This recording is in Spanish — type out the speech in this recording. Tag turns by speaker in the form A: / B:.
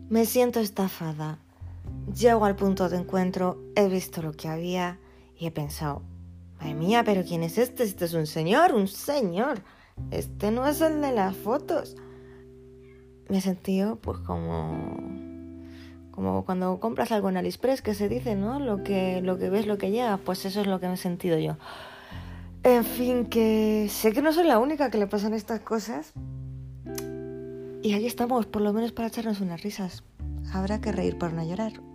A: Me siento estafada. Llego al punto de encuentro, he visto lo que había y he pensado, madre mía, pero ¿quién es este? Este es un señor. Este no es el de las fotos. Me he sentido pues como cuando compras algo en AliExpress, que se dice, ¿no? Lo que ves, lo que llega, pues eso es lo que me he sentido yo. En fin, que sé que no soy la única que le pasan estas cosas. Y aquí estamos, por lo menos para echarnos unas risas. Habrá que reír para no llorar.